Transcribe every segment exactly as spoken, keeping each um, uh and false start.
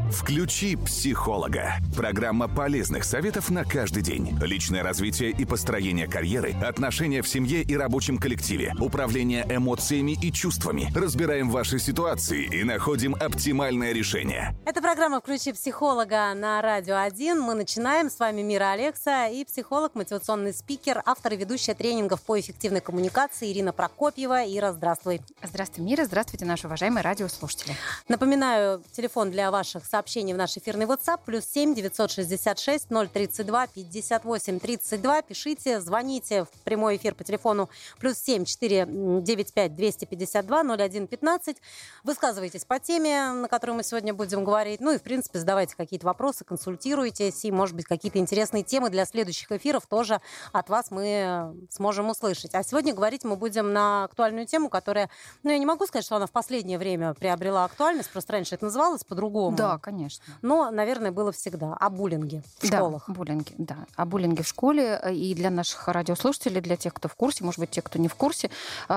Включи психолога. Программа полезных советов на каждый день. Личное развитие и построение карьеры, отношения в семье и рабочем коллективе, управление эмоциями и чувствами. Разбираем ваши ситуации и находим оптимальное решение. Это программа «Включи психолога» на Радио один. Мы начинаем. С вами Мира Алекса и психолог, мотивационный спикер, автор и ведущая тренингов по эффективной коммуникации Ирина Прокопьева. Ира, здравствуй. Здравствуй, Мира. Здравствуйте, наши уважаемые радиослушатели. Напоминаю, телефон для ваших сообщений в наш эфирный WhatsApp плюс семь девятьсот шестьдесят шесть ноль тридцать два пятьдесят восемь тридцать два. Пишите, звоните в прямой эфир по телефону плюс семь четыре девять пять двести пятьдесят два ноль один пятнадцать. Высказывайтесь по теме, на которую мы сегодня будем говорить. Ну и, в принципе, задавайте какие-то вопросы, консультируйтесь. И, может быть, какие-то интересные темы для следующих эфиров тоже от вас мы сможем услышать. А сегодня говорить мы будем на актуальную тему, которая, ну, я не могу сказать, что она в последнее время приобрела актуальность, просто раньше это называлось по-другому. Да, конечно. Но, наверное, было всегда. О буллинге в школах. Да, буллинге, да. О буллинге в школе. И для наших радиослушателей, для тех, кто в курсе, может быть, те, кто не в курсе,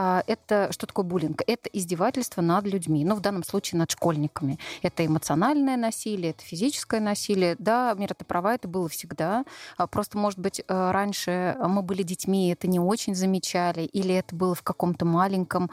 это что такое буллинг? Это издевательство над людьми, ну, в данном случае над школьниками. Это эмоциональное насилие, это физическое насилие. Да, Мира, ты права, это было всегда. Просто, может быть, раньше мы были детьми, это не очень замечали, или это было в каком-то маленьком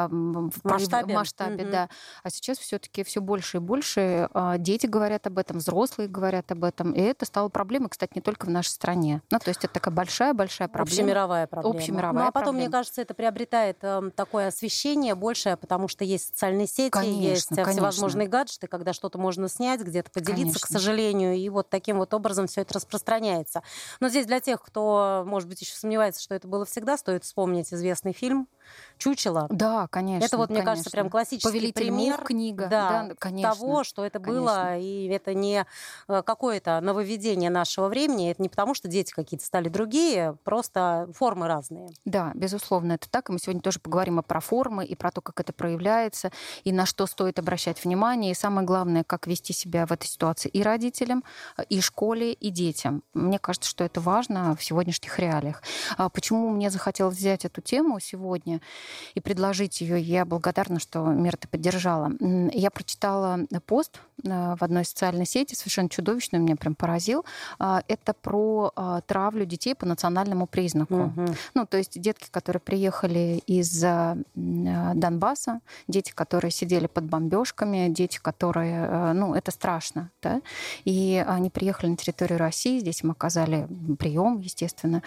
масштабе, масштабе mm-hmm. да. А сейчас все-таки все больше и больше дети говорят об этом, взрослые говорят об этом, и это стало проблемой, кстати, не только в нашей стране. Ну, то есть это такая большая-большая проблема. Общемировая проблема. Общемировая ну, а потом, проблема. мне кажется, это приобретает э, такое освещение большее, потому что есть социальные сети, конечно, есть конечно. всевозможные гаджеты, когда что-то можно снять, где-то поделиться, конечно. к сожалению, и вот таким вот образом все это распространяется. Но здесь для тех, кто, может быть, еще сомневается, что это было всегда, стоит вспомнить известный фильм «Чучело». Да, конечно. Это вот, мне конечно. кажется, прям классический «Повелитель пример мух» книга. Да, Да, конечно. того, что это конечно. было, и это не какое-то нововведение нашего времени, это не потому, что дети какие-то стали другие, просто формы разные. Да, безусловно, это так. И мы сегодня тоже поговорим и про формы, и про то, как это проявляется, и на что стоит обращать внимание, и самое главное, как вести себя в этой ситуации и родителям, и школе, и детям. Мне кажется, что это важно в сегодняшних реалиях. Почему мне захотелось взять эту тему сегодня и предложить ее? Я благодарна, что, Мира, ты поддержала. Я прочитала пост в одной социальной сети, совершенно чудовищный, меня прям поразил. Это про травлю детей по национальному признаку. Угу. Ну, то есть детки, которые приехали из Донбасса, дети, которые сидели под бомбежками, дети, которые... Ну, это страшно, да? И они приехали на территорию России, здесь им оказали прием, естественно,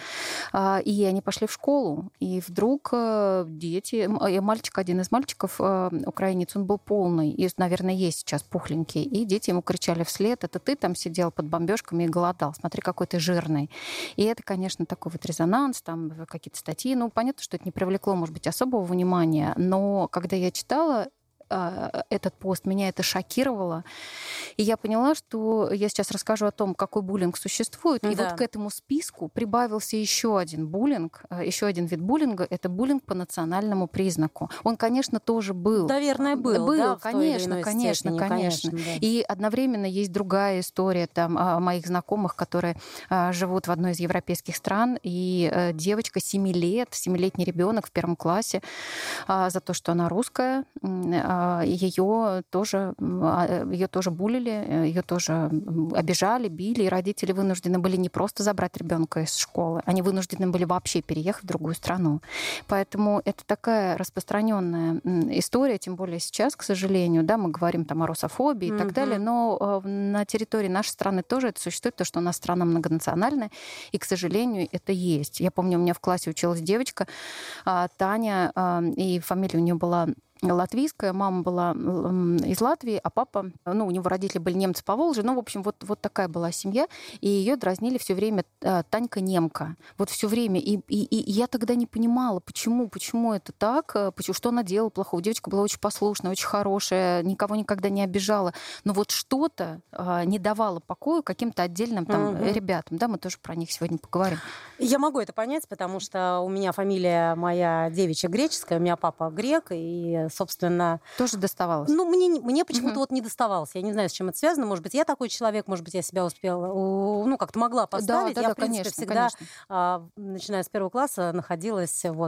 и они пошли в школу, и вдруг дети... Мальчик, один из мальчиков, украинец, он был полный, и, наверное, есть сейчас пухленький, и дети ему кричали вслед: это ты там сидел под бомбежками и голодал, смотри, какой ты жирный. И это, конечно, такой вот резонанс, там какие-то статьи. Ну, понятно, что это не привлекло, может быть, особого внимания, но когда я читала этот пост, меня это шокировало. И я поняла, что я сейчас расскажу о том, какой буллинг существует. И да. вот к этому списку прибавился еще один буллинг, еще один вид буллинга. Это буллинг по национальному признаку. Он, конечно, тоже был. Наверное, был. Был, да, конечно, конечно, степени, конечно. конечно да. И одновременно есть другая история там моих знакомых, которые живут в одной из европейских стран, и девочка семи лет, семилетний ребенок в первом классе за то, что она русская, ее тоже, ее тоже буллили, ее тоже обижали, били, и родители вынуждены были не просто забрать ребенка из школы, они вынуждены были вообще переехать в другую страну. Поэтому это такая распространенная история, тем более сейчас, к сожалению, да, мы говорим там о русофобии и так mm-hmm. далее, но на территории нашей страны тоже это существует, потому что у нас страна многонациональная, и, к сожалению, это есть. Я помню, у меня в классе училась девочка Таня, и фамилия у нее была латвийская, мама была из Латвии, а папа, ну, у него родители были немцы по Волжье, ну, в общем, вот, вот такая была семья, и ее дразнили все время Танька-немка, вот все время, и, и, и я тогда не понимала, почему, почему это так, почему, что она делала плохого, девочка была очень послушная, очень хорошая, никого никогда не обижала, но вот что-то не давало покоя каким-то отдельным там mm-hmm. ребятам, да, мы тоже про них сегодня поговорим. Я могу это понять, потому что у меня фамилия моя девичья греческая, у меня папа грек, и и, собственно... Тоже доставалось? Ну, мне, мне почему-то Угу. вот не доставалось. Я не знаю, с чем это связано. Может быть, я такой человек, может быть, я себя успела, ну, как-то могла поставить. Да, да, я, да, в принципе, конечно, всегда, конечно. начиная с первого класса, находилась вот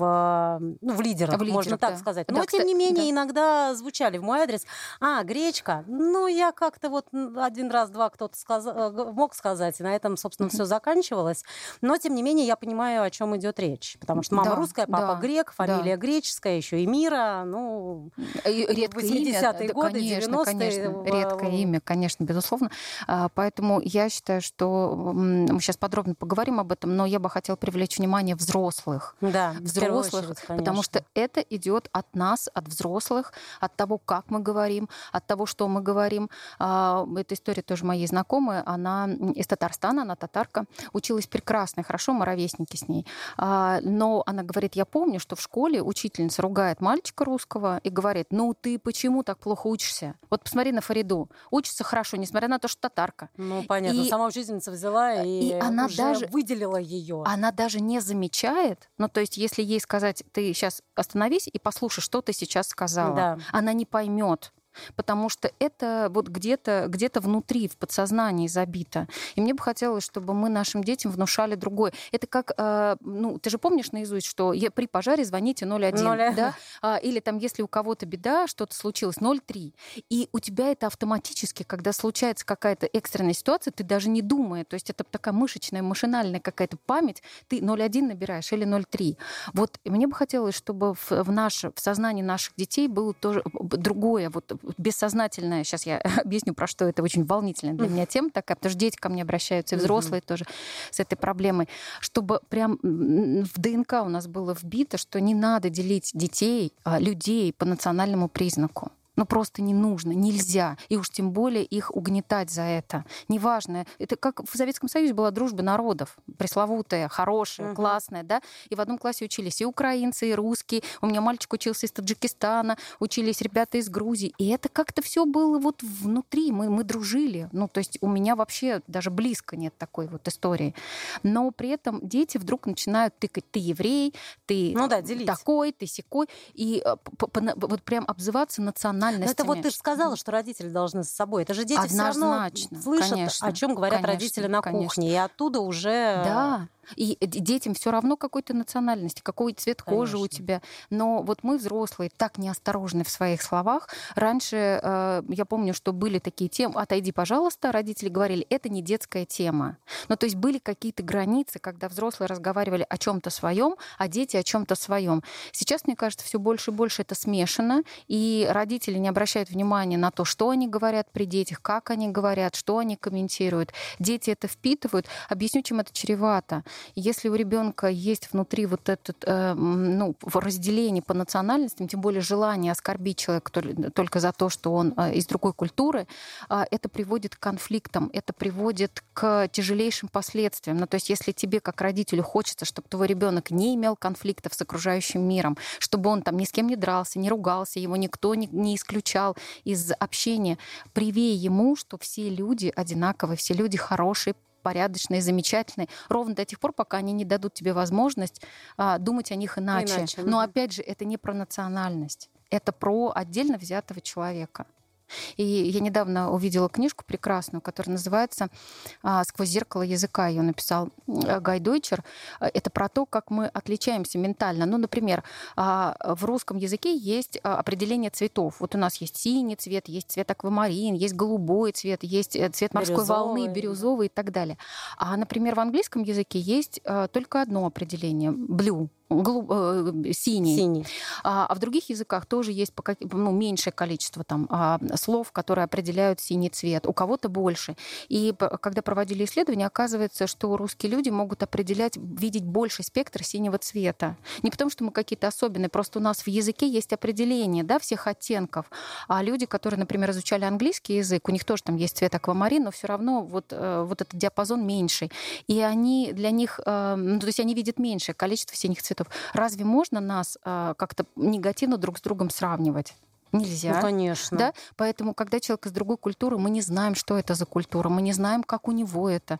в, ну, в лидерах, В лидерах, можно так да. сказать. Да, Но, кстати, тем не менее, да. иногда звучали в мой адрес: а, гречка. Ну, я как-то вот один раз, два кто-то сказал, мог сказать, и на этом, собственно, Мгм. все заканчивалось. Но, тем не менее, я понимаю, о чем идет речь. Потому что мама Да, русская, папа да, грек, да. фамилия греческая, еще и Мира. Ну, И редкое имя, восьмидесятые да, годы, конечно, девяностые. конечно, редкое в- имя, конечно, безусловно. А, Поэтому я считаю, что м, мы сейчас подробно поговорим об этом, но я бы хотела привлечь внимание взрослых. Да, в первую Взрослых, очередь, потому конечно. что это идет от нас, от взрослых, от того, как мы говорим, от того, что мы говорим. А, Эта история тоже моей знакомой, она из Татарстана, она татарка, училась прекрасно, и хорошо, мы ровесники с ней. А, Но она говорит, я помню, что в школе учительница ругает мальчика русского и говорит: ну ты почему так плохо учишься? Вот посмотри на Фариду, учится хорошо, несмотря на то, что татарка. Ну, понятно. И- Сама учительница взяла и, и она уже даже- выделила ее. Она даже не замечает, ну то есть если ей сказать, ты сейчас остановись и послушай, что ты сейчас сказала, Да. она не поймет. Потому что это вот где-то где внутри, в подсознании забито. И мне бы хотелось, чтобы мы нашим детям внушали другое. Это как, э, ну, ты же помнишь наизусть, что я- при пожаре звоните ноль один, ноль один. да? А, или там, если у кого-то беда, что-то случилось, ноль три. И у тебя это автоматически, когда случается какая-то экстренная ситуация, ты даже не думая, то есть это такая мышечная, машинальная какая-то память, ты ноль один набираешь или ноль три. Вот мне бы хотелось, чтобы в, в, наше, в сознании наших детей было тоже другое, вот бессознательное. Сейчас я объясню, про что это, очень волнительная для меня тема такая, потому что дети ко мне обращаются, и взрослые тоже с этой проблемой. Чтобы прям в ДНК у нас было вбито, что не надо делить детей, людей по национальному признаку. Ну, просто не нужно, нельзя. И уж тем более их угнетать за это. Неважно. Это как в Советском Союзе была дружба народов. Пресловутая, хорошая, Мгм. классная, да? И в одном классе учились и украинцы, и русские. У меня мальчик учился из Таджикистана, учились ребята из Грузии. И это как-то все было вот внутри. Мы, мы дружили. Ну, то есть у меня вообще даже близко нет такой вот истории. Но при этом дети вдруг начинают тыкать: ты еврей, ты Ну да, делить. такой, ты сякой. И э, п- п- вот прям обзываться национальностями. Но это вот ты же сказала, что родители должны с собой. Это же дети все равно Однозначно, слышат, конечно, о чем говорят конечно, родители на конечно. кухне. И оттуда уже... Да. И д- детям все равно какой-то национальности, какой цвет кожи у Конечно. тебя. Но вот мы, взрослые, так неосторожны в своих словах. Раньше э, я помню, что были такие темы: отойди, пожалуйста, родители говорили, это не детская тема. Ну, то есть были какие-то границы, когда взрослые разговаривали о чем-то своем, а дети о чем-то своем. Сейчас, мне кажется, все больше и больше это смешано, и родители не обращают внимания на то, что они говорят при детях, как они говорят, что они комментируют. Дети это впитывают. Объясню, чем это чревато. Если у ребенка есть внутри вот это э, ну, разделение по национальностям, тем более желание оскорбить человека только за то, что он э, из другой культуры, э, это приводит к конфликтам, это приводит к тяжелейшим последствиям. Ну, то есть если тебе, как родителю, хочется, чтобы твой ребенок не имел конфликтов с окружающим миром, чтобы он там ни с кем не дрался, не ругался, его никто не, не исключал из общения, привей ему, что все люди одинаковые, все люди хорошие, порядочные, замечательные, ровно до тех пор, пока они не дадут тебе возможность а, думать о них иначе. Иначе, Но мгм. опять же, это не про национальность, это про отдельно взятого человека. И я недавно увидела книжку прекрасную, которая называется а, «Сквозь зеркало языка». Ее написал а, Гай Дойчер. Это про то, как мы отличаемся ментально. Ну, например, а, в русском языке есть а, определение цветов. Вот у нас есть синий цвет, есть цвет аквамарин, есть голубой цвет, есть э, цвет морской Бирюзовый. волны, бирюзовый и так далее. А, например, в английском языке есть а, только одно определение — blue. Голуб, э, синий. Синий. А, а в других языках тоже есть по как- ну, меньшее количество там, а, слов, которые определяют синий цвет. У кого-то больше. И п- когда проводили исследования, оказывается, что русские люди могут определять, видеть больший спектр синего цвета. Не потому, что мы какие-то особенные, просто у нас в языке есть определение, да, всех оттенков. А люди, которые, например, изучали английский язык, у них тоже там есть цвет аквамарин, но все равно вот, э, вот этот диапазон меньший. И они для них, э, ну, то есть они видят меньшее количество синих цветов. Разве можно нас э, как-то негативно друг с другом сравнивать? Нельзя. Ну, конечно. Да? Поэтому, когда человек из другой культуры, мы не знаем, что это за культура, мы не знаем, как у него это,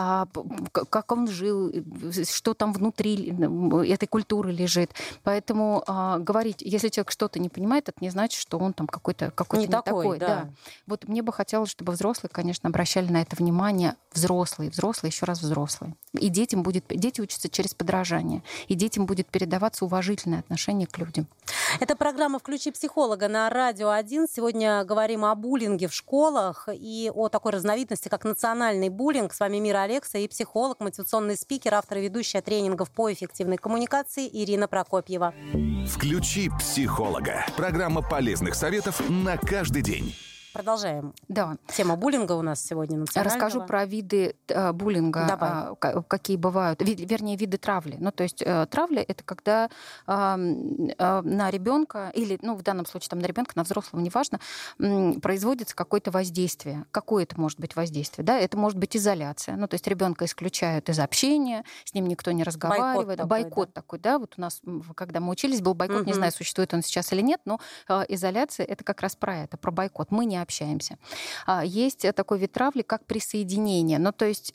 как он жил, что там внутри этой культуры лежит. Поэтому говорить, если человек что-то не понимает, это не значит, что он там какой-то, какой-то не, не такой. такой. Да. Да. Вот мне бы хотелось, чтобы взрослые, конечно, обращали на это внимание. Взрослые, взрослые, еще раз взрослые. И детям будет, дети учатся через подражание, и детям будет передаваться уважительное отношение к людям. Это программа «Включи психолога» на Радио один. Сегодня говорим о буллинге в школах и о такой разновидности, как национальный буллинг. С вами Мира Алекса и психолог, мотивационный спикер, автор и ведущая тренингов по эффективной коммуникации Ирина Прокопьева. «Включи психолога». Программа полезных советов на каждый день. Продолжаем. Да. Тема буллинга у нас сегодня национального. Расскажу про виды э, буллинга, Давай. э, какие бывают, ви, вернее, виды травли. Ну, то есть э, травля — это когда э, э, на ребенка, или, ну, в данном случае там на ребенка, на взрослого, неважно, э, производится какое-то воздействие. Какое это может быть воздействие? Да? Это может быть изоляция. Ну, то есть ребенка исключают из общения, с ним никто не разговаривает. Бойкот такой, бойкот да. такой, да. Вот у нас, когда мы учились, был бойкот, угу. Не знаю, существует он сейчас или нет, но э, изоляция — это как раз про это, про бойкот. Мы не общаемся. Есть такой вид травли, как присоединение. Ну, то есть,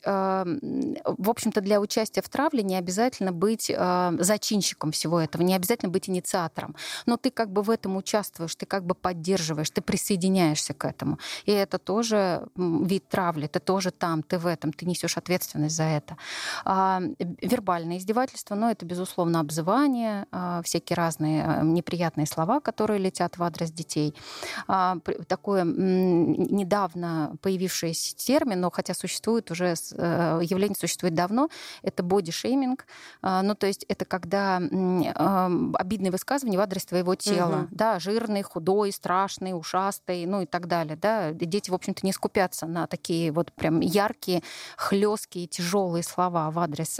в общем-то, для участия в травле не обязательно быть зачинщиком всего этого, не обязательно быть инициатором. Но ты как бы в этом участвуешь, ты как бы поддерживаешь, ты присоединяешься к этому. И это тоже вид травли, ты тоже там, ты в этом, ты несешь ответственность за это. Вербальное издевательство, ну, это, безусловно, обзывание, всякие разные неприятные слова, которые летят в адрес детей. Такое недавно появившийся термин, но хотя существует уже, явление существует давно, это бодишейминг. Ну, то есть это когда обидные высказывания в адрес твоего тела. Угу. Да, жирный, худой, страшный, ушастый, ну и так далее. Да. Дети, в общем-то, не скупятся на такие вот прям яркие, хлесткие, тяжелые слова в адрес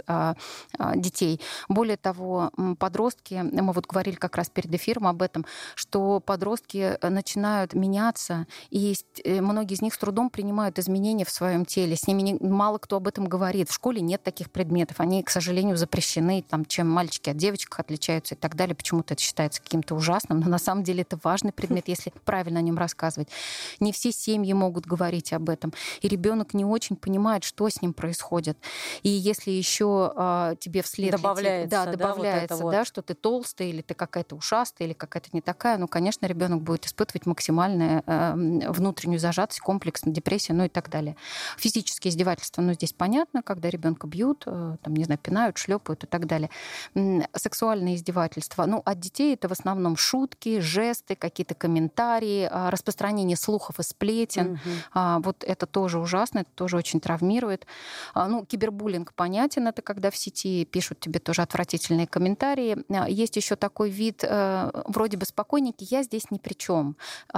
детей. Более того, подростки, мы вот говорили как раз перед эфиром об этом, что подростки начинают меняться, и многие из них с трудом принимают изменения в своем теле. С ними не, мало кто об этом говорит. В школе нет таких предметов. Они, к сожалению, запрещены. Там, чем мальчики от девочек отличаются и так далее. Почему-то это считается каким-то ужасным. Но на самом деле это важный предмет, если правильно о нем рассказывать. Не все семьи могут говорить об этом. И ребенок не очень понимает, что с ним происходит. И если еще а, тебе вслед добавляется, летит, да, да, добавляется, вот вот. да, что ты толстая, или ты какая-то ушастая, или какая-то не такая, ну, конечно, ребенок будет испытывать максимальное э, внутреннюю зажатость, комплекс, депрессию, ну и так далее. Физические издевательства, ну, здесь понятно, когда ребенка бьют, там, не знаю, пинают, шлепают и так далее. Сексуальные издевательства. Ну, от детей это в основном шутки, жесты, какие-то комментарии, распространение слухов и сплетен. Угу. Вот это тоже ужасно, это тоже очень травмирует. Ну, кибербуллинг понятен, это когда в сети пишут тебе тоже отвратительные комментарии. Есть еще такой вид, вроде бы спокойненький, я здесь ни при чем.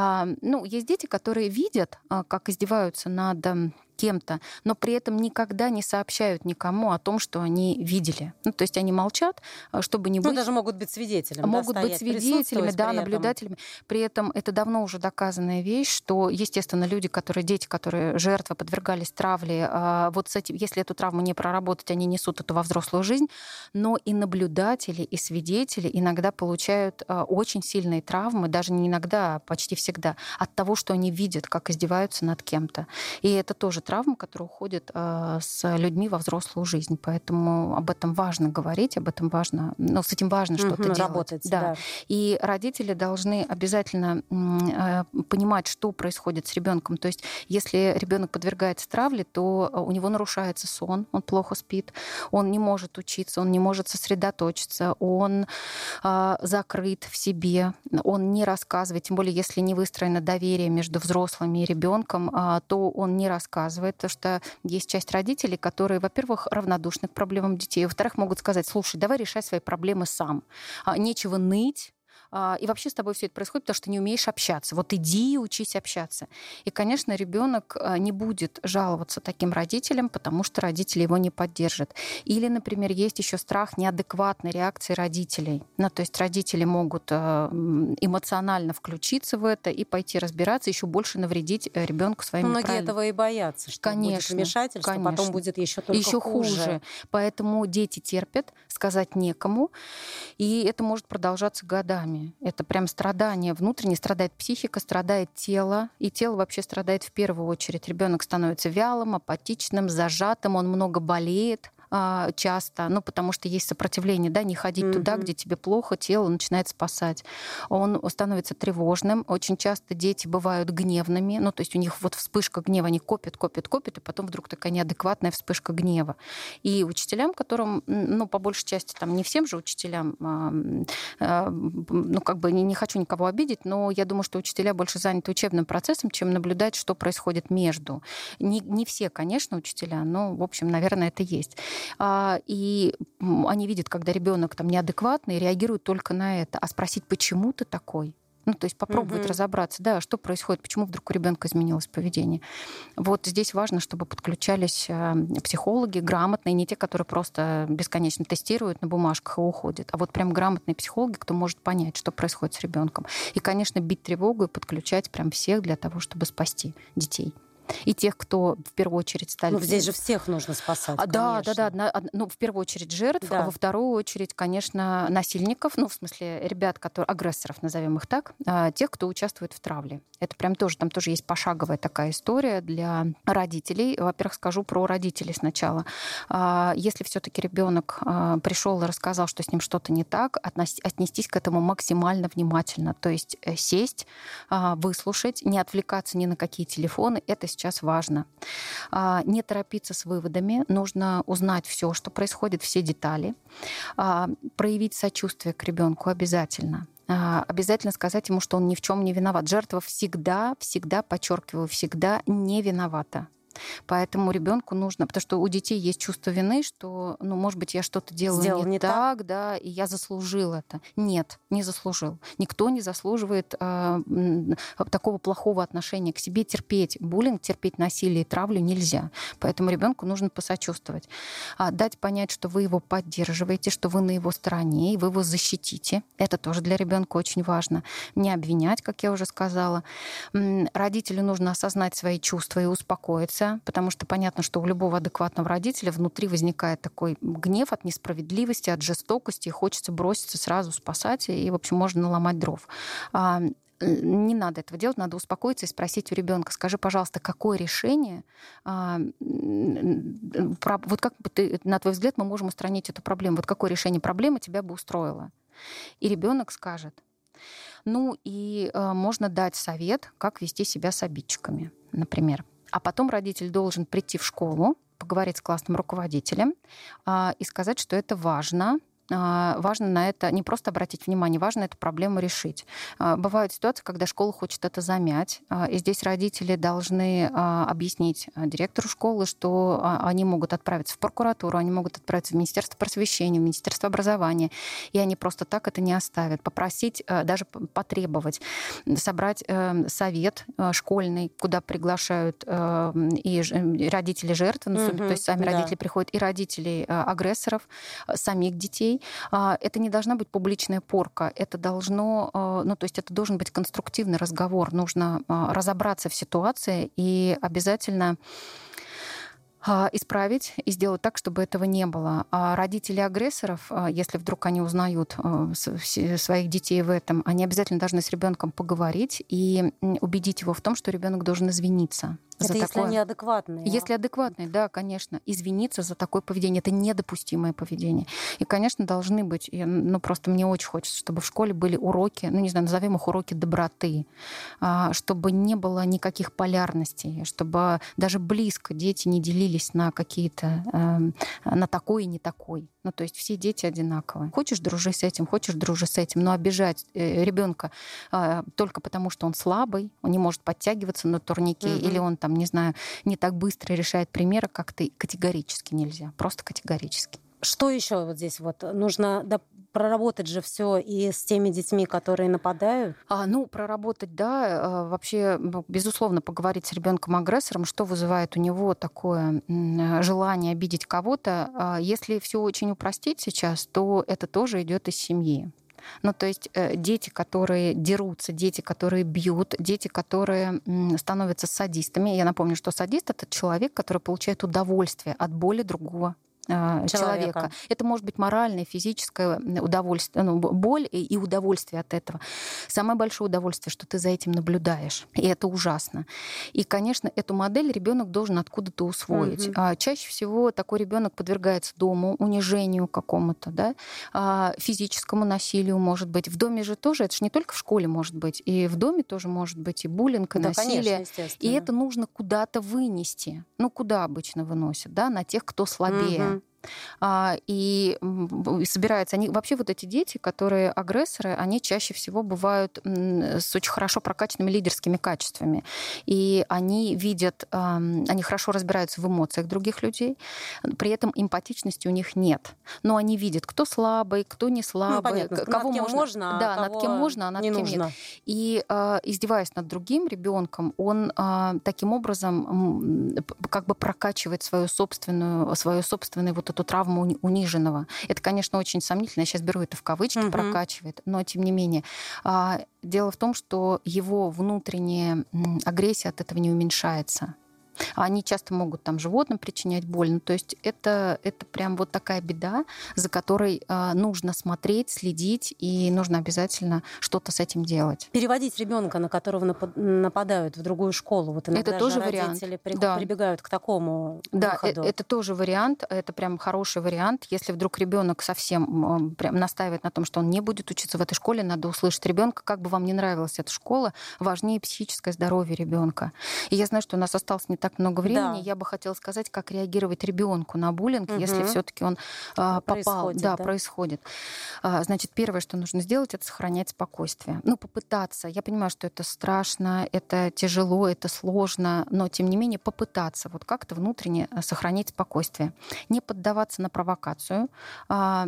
Ну, есть дети, которые видят, как издеваются над кем-то, но при этом никогда не сообщают никому о том, что они видели. Ну, то есть они молчат, чтобы не быть... Ну, даже могут быть свидетелями. Могут да, быть свидетелями, да, наблюдателями. При этом это давно уже доказанная вещь, что, естественно, люди, которые, дети, которые жертвы, подвергались травле, вот с этим, если эту травму не проработать, они несут это во взрослую жизнь, но и наблюдатели, и свидетели иногда получают очень сильные травмы, даже не иногда, а почти всегда, от того, что они видят, как издеваются над кем-то. И это тоже травмы, которые уходят э, с людьми во взрослую жизнь. Поэтому об этом важно говорить, об этом важно, ну, с этим важно что-то делать. Работать, да. Да. И родители должны обязательно э, понимать, что происходит с ребенком. То есть, если ребенок подвергается травле, то у него нарушается сон, он плохо спит, он не может учиться, он не может сосредоточиться, он э, закрыт в себе, он не рассказывает, тем более, если не выстроено доверие между взрослыми и ребенком, э, то он не рассказывает. Потому что есть часть родителей, которые, во-первых, равнодушны к проблемам детей, во-вторых, могут сказать: слушай, давай решай свои проблемы сам. Нечего ныть. И вообще с тобой все это происходит, потому что ты не умеешь общаться. Вот иди и учись общаться. И, конечно, ребенок не будет жаловаться таким родителям, потому что родители его не поддержат. Или, например, есть еще страх неадекватной реакции родителей. Ну, то есть родители могут эмоционально включиться в это и пойти разбираться, еще больше навредить ребенку своими Многие правильными. этого и боятся, что конечно, будет вмешательство, конечно. Потом будет еще только еще хуже. хуже. Поэтому дети терпят, сказать некому, и это может продолжаться годами. внутреннее. Это прям страдание внутреннее. Страдает психика, страдает тело. И тело вообще страдает в первую очередь. Ребенок становится вялым, апатичным, зажатым, он много болеет часто, ну, потому что есть сопротивление, да, не ходить mm-hmm. туда, где тебе плохо, тело начинает спасать. Он становится тревожным. Очень часто дети бывают гневными, ну, то есть у них вот вспышка гнева, они копят, копят, копят, и потом вдруг такая неадекватная вспышка гнева. И учителям, которым, ну, по большей части, там, не всем же учителям, ну, как бы не, не хочу никого обидеть, но я думаю, что учителя больше заняты учебным процессом, чем наблюдать, что происходит между. Не, не все, конечно, учителя, но, в общем, наверное, это есть. И они видят, когда ребенок там неадекватный, реагируют только на это. А спросить, почему ты такой? Ну, то есть попробовать угу. разобраться, да, что происходит, почему вдруг у ребенка изменилось поведение. Вот здесь важно, чтобы подключались психологи грамотные, не те, которые просто бесконечно тестируют на бумажках и уходят, а вот прям грамотные психологи, кто может понять, что происходит с ребенком. И, конечно, бить тревогу и подключать прям всех для того, чтобы спасти детей. И тех, кто в первую очередь стали... Ну, здесь же всех нужно спасать, а, Да, да, да. Ну, в первую очередь жертв, да. а во вторую очередь, конечно, насильников, ну, в смысле, ребят, которые... агрессоров, назовем их так, тех, кто участвует в травле. Это прям тоже, там тоже есть пошаговая такая история для родителей. Во-первых, скажу про родителей сначала. Если все-таки ребенок пришел и рассказал, что с ним что-то не так, отнестись к этому максимально внимательно. То есть сесть, выслушать, не отвлекаться ни на какие телефоны. Это сейчас важно. Не торопиться с выводами. Нужно узнать все, что происходит, все детали. Проявить сочувствие к ребенку обязательно. Обязательно сказать ему, что он ни в чем не виноват. Жертва всегда, всегда, подчеркиваю, всегда не виновата. Поэтому ребенку нужно, потому что у детей есть чувство вины, что, ну, может быть, я что-то делаю Сделал не, не так, так, да, и я заслужил это. Нет, не заслужил. Никто не заслуживает э, такого плохого отношения к себе. Терпеть буллинг, терпеть насилие и травлю нельзя. Поэтому ребенку нужно посочувствовать. А, дать понять, что вы его поддерживаете, что вы на его стороне, и вы его защитите. Это тоже для ребенка очень важно. Не обвинять, как я уже сказала. Родителю нужно осознать свои чувства и успокоиться, потому что понятно, что у любого адекватного родителя внутри возникает такой гнев от несправедливости, от жестокости, и хочется броситься сразу спасать, и, в общем, можно наломать дров. Не надо этого делать, надо успокоиться и спросить у ребенка: скажи, пожалуйста, какое решение, вот как бы ты, на твой взгляд, мы можем устранить эту проблему, вот какое решение проблемы тебя бы устроило? И ребенок скажет. Ну и можно дать совет, как вести себя с обидчиками, например. А потом родитель должен прийти в школу, поговорить с классным руководителем э, и сказать, что это важно. Э, важно на это не просто обратить внимание, важно эту проблему решить. Э, бывают ситуации, когда школа хочет это замять, э, и здесь родители должны э, объяснить директору школы, что э, они могут отправиться в прокуратуру, они могут отправиться в Министерство просвещения, в Министерство образования, и они просто так это не оставят. Попросить, э, даже потребовать, собрать э, совет э, школьный, куда приглашают э, и родители жертв, mm-hmm. то есть сами да. родители приходят, и родителей э, агрессоров, э, самих детей. Это не должна быть публичная порка, это должно, э, ну, то есть это должен быть конструктивный разговор, нужно э, разобраться в ситуации и обязательно исправить и сделать так, чтобы этого не было. А родители агрессоров, если вдруг они узнают своих детей в этом, они обязательно должны с ребенком поговорить и убедить его в том, что ребенок должен извиниться. Это за если такое. они адекватные. Если адекватные, да, конечно. Извиниться за такое поведение. Это недопустимое поведение. И, конечно, должны быть, ну, просто мне очень хочется, чтобы в школе были уроки, ну, не знаю, назовем их уроки доброты, чтобы не было никаких полярностей, чтобы даже близко дети не делились на какие-то, на такой и не такой. Ну, то есть все дети одинаковые. Хочешь, дружи с этим, хочешь, дружи с этим, но обижать ребенка только потому, что он слабый, он не может подтягиваться на турнике, mm-hmm. или он там, не знаю, не так быстро решает примеры, как-то категорически нельзя. Просто категорически. Что еще вот здесь вот нужно да, проработать же все и с теми детьми, которые нападают? А, ну, проработать, да. Вообще, безусловно, поговорить с ребенком-агрессором, что вызывает у него такое желание обидеть кого-то. Если все очень упростить сейчас, то это тоже идет из семьи. Ну, то есть э, дети, которые дерутся, дети, которые бьют, дети, которые м, становятся садистами. Я напомню, что садист — это человек, который получает удовольствие от боли другого человека. человека. Это может быть моральное, физическое удовольствие, ну, боль и удовольствие от этого. Самое большое удовольствие, что ты за этим наблюдаешь. И это ужасно. И, конечно, эту модель ребенок должен откуда-то усвоить. Угу. А чаще всего такой ребенок подвергается дому, унижению какому-то, да, а физическому насилию, может быть. В доме же тоже, это же не только в школе может быть, и в доме тоже может быть и буллинг, и да, насилие. Конечно, и это нужно куда-то вынести. Ну, куда обычно выносят? Да? На тех, кто слабее. Угу. А, и собираются они вообще вот эти дети, которые агрессоры, они чаще всего бывают с очень хорошо прокачанными лидерскими качествами, и они видят, они хорошо разбираются в эмоциях других людей, при этом эмпатичности у них нет, но они видят, кто слабый, кто не слабый, ну, понятно, кого над кем можно, можно, да, а над кем можно, а над не кем нужно. нет. И издеваясь над другим ребенком, он таким образом как бы прокачивает свою собственную, свою собственную вот эту травму униженного. Это, конечно, очень сомнительно. Я сейчас беру это в кавычки, угу. прокачивает. Но, тем не менее, дело в том, что его внутренняя агрессия от этого не уменьшается. Они часто могут там животным причинять боль. Ну, то есть это, это прям вот такая беда, за которой э, нужно смотреть, следить, и нужно обязательно что-то с этим делать. Переводить ребенка, на которого нападают, в другую школу. Вот иногда это тоже родители вариант. При... Да. прибегают к такому да, выходу. Да, это тоже вариант. Это прям хороший вариант. Если вдруг ребенок совсем прям настаивает на том, что он не будет учиться в этой школе, надо услышать ребенка, как бы вам не нравилась эта школа, важнее психическое здоровье ребенка. И я знаю, что у нас осталось не так много времени, да. Я бы хотела сказать, как реагировать ребенку на буллинг, угу. если все-таки он а, попал, происходит, да, да? происходит. А, значит, первое, что нужно сделать, это сохранять спокойствие. Ну, попытаться. Я понимаю, что это страшно, это тяжело, это сложно, но тем не менее попытаться вот как-то внутренне сохранить спокойствие, не поддаваться на провокацию. А,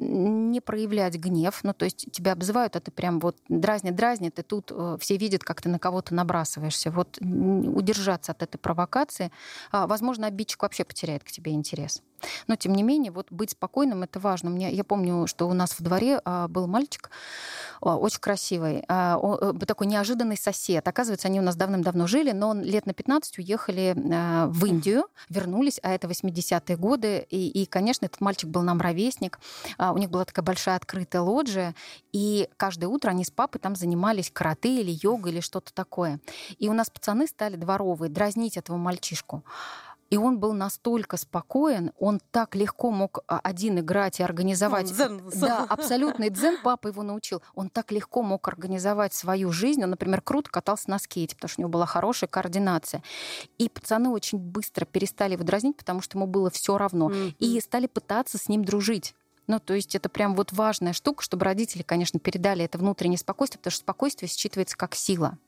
не проявлять гнев, ну, то есть тебя обзывают, а ты прям вот дразнит-дразнит, и тут э, все видят, как ты на кого-то набрасываешься. Вот удержаться от этой провокации. А, возможно, обидчик вообще потеряет к тебе интерес. Но, тем не менее, вот быть спокойным — это важно. Мне, я помню, что у нас в дворе а, был мальчик а, очень красивый, а, он, такой неожиданный сосед. Оказывается, они у нас давным-давно жили, но он лет на пятнадцать уехали а, в Индию, вернулись, а это восьмидесятые годы. И, и, конечно, этот мальчик был нам ровесник. А, у них была такая большая открытая лоджия, и каждое утро они с папой там занимались карате или йогой или что-то такое. И у нас пацаны стали дворовые дразнить этого мальчишку. И он был настолько спокоен, он так легко мог один играть и организовать... Дзен. Да, абсолютный дзен, папа его научил. Он так легко мог организовать свою жизнь. Он, например, круто катался на скейте, потому что у него была хорошая координация. И пацаны очень быстро перестали его дразнить, потому что ему было все равно. Mm-hmm. И стали пытаться с ним дружить. Ну, то есть это прям вот важная штука, чтобы родители, конечно, передали это внутреннее спокойствие, потому что спокойствие считывается как сила.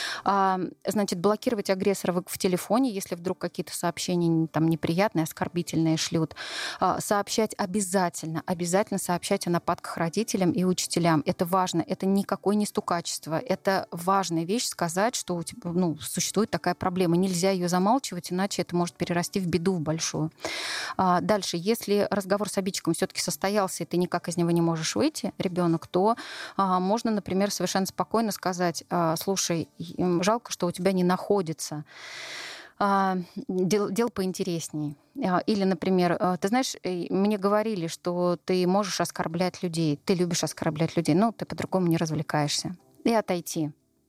А, значит, блокировать агрессора в телефоне, если вдруг какие-то сообщения там неприятные, оскорбительные шлют. А, сообщать обязательно, обязательно сообщать о нападках родителям и учителям. Это важно, это никакое не стукачество. Это важная вещь сказать, что у тебя, ну, существует такая проблема. Нельзя ее замалчивать, иначе это может перерасти в беду в большую. А, дальше, если разговор с обидчиком все-таки состоится, и ты никак из него не можешь выйти, ребенок, то а, можно, например, совершенно спокойно сказать: а, слушай, жалко, что у тебя не находится а, дел, дел поинтересней. А, или, например, а, ты знаешь, мне говорили, что ты можешь оскорблять людей, ты любишь оскорблять людей, но ты по-другому не развлекаешься. И отойти.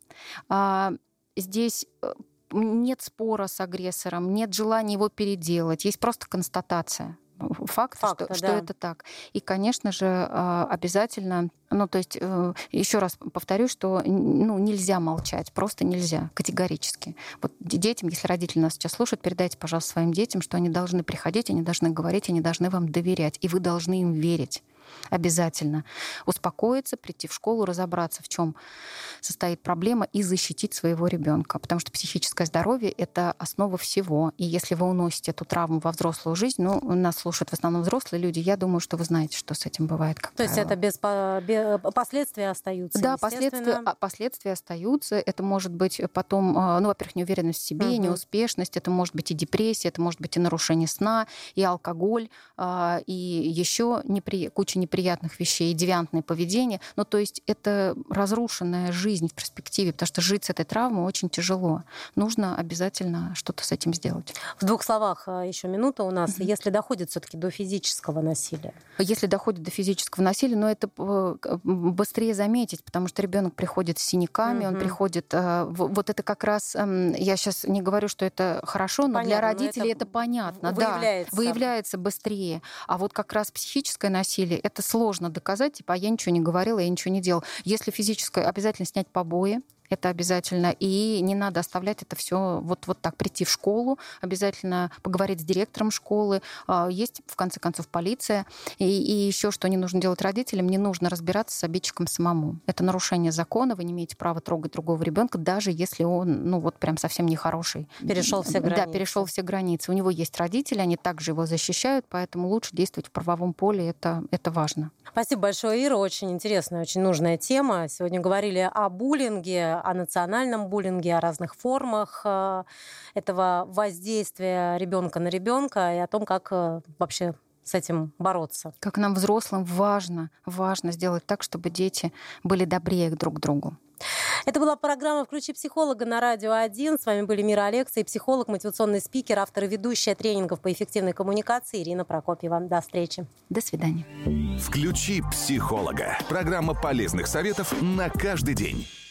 А, здесь нет спора с агрессором, нет желания его переделать, есть просто констатация. Факт, Факта, что, да. что это так. И, конечно же, обязательно, ну, то есть, еще раз повторю, что ну, нельзя молчать, просто нельзя, категорически. Вот детям, если родители нас сейчас слушают, передайте, пожалуйста, своим детям, что они должны приходить, они должны говорить, они должны вам доверять, и вы должны им верить. Обязательно. Успокоиться, прийти в школу, разобраться, в чем состоит проблема, и защитить своего ребенка. Потому что психическое здоровье — это основа всего. И если вы уносите эту травму во взрослую жизнь, ну, нас слушают в основном взрослые люди, я думаю, что вы знаете, что с этим бывает. Как То есть это без, без последствия остаются? Да, последствия, последствия остаются. Это может быть потом, ну, во-первых, неуверенность в себе, угу. неуспешность, это может быть и депрессия, это может быть и нарушение сна, и алкоголь, и еще непри... куча неприятных вещей, девиантное поведение. Ну, то есть это разрушенная жизнь в перспективе, потому что жить с этой травмой очень тяжело. Нужно обязательно что-то с этим сделать. В двух словах еще минута у нас. Mm-hmm. Если доходит все-таки до физического насилия? Если доходит до физического насилия, но это быстрее заметить, потому что ребенок приходит с синяками, mm-hmm. он приходит... Вот это как раз... Я сейчас не говорю, что это хорошо, но понятно, для родителей это, это понятно. Выявляется. Да, выявляется быстрее. А вот как раз психическое насилие, это сложно доказать, типа, а я ничего не говорила, я ничего не делала. Если физическое, обязательно снять побои. Это обязательно. И не надо оставлять это все вот, вот так. Прийти в школу, обязательно поговорить с директором школы. Есть, в конце концов, полиция. И, и еще что не нужно делать родителям, не нужно разбираться с обидчиком самому. Это нарушение закона. Вы не имеете права трогать другого ребенка, даже если он, ну вот прям совсем нехороший. Перешел все границы. Да, перешел все границы. У него есть родители, они также его защищают, поэтому лучше действовать в правовом поле. Это, это важно. Спасибо большое, Ира. Очень интересная, очень нужная тема. Сегодня говорили о буллинге, о национальном буллинге, о разных формах этого воздействия ребенка на ребенка и о том, как вообще с этим бороться. Как нам, взрослым, важно, важно сделать так, чтобы дети были добрее друг к другу. Это была программа «Включи психолога» на Радио один. С вами были Мира Алекса, психолог, мотивационный спикер, автор и ведущая тренингов по эффективной коммуникации Ирина Прокопьева. До встречи. До свидания. «Включи психолога». Программа полезных советов на каждый день.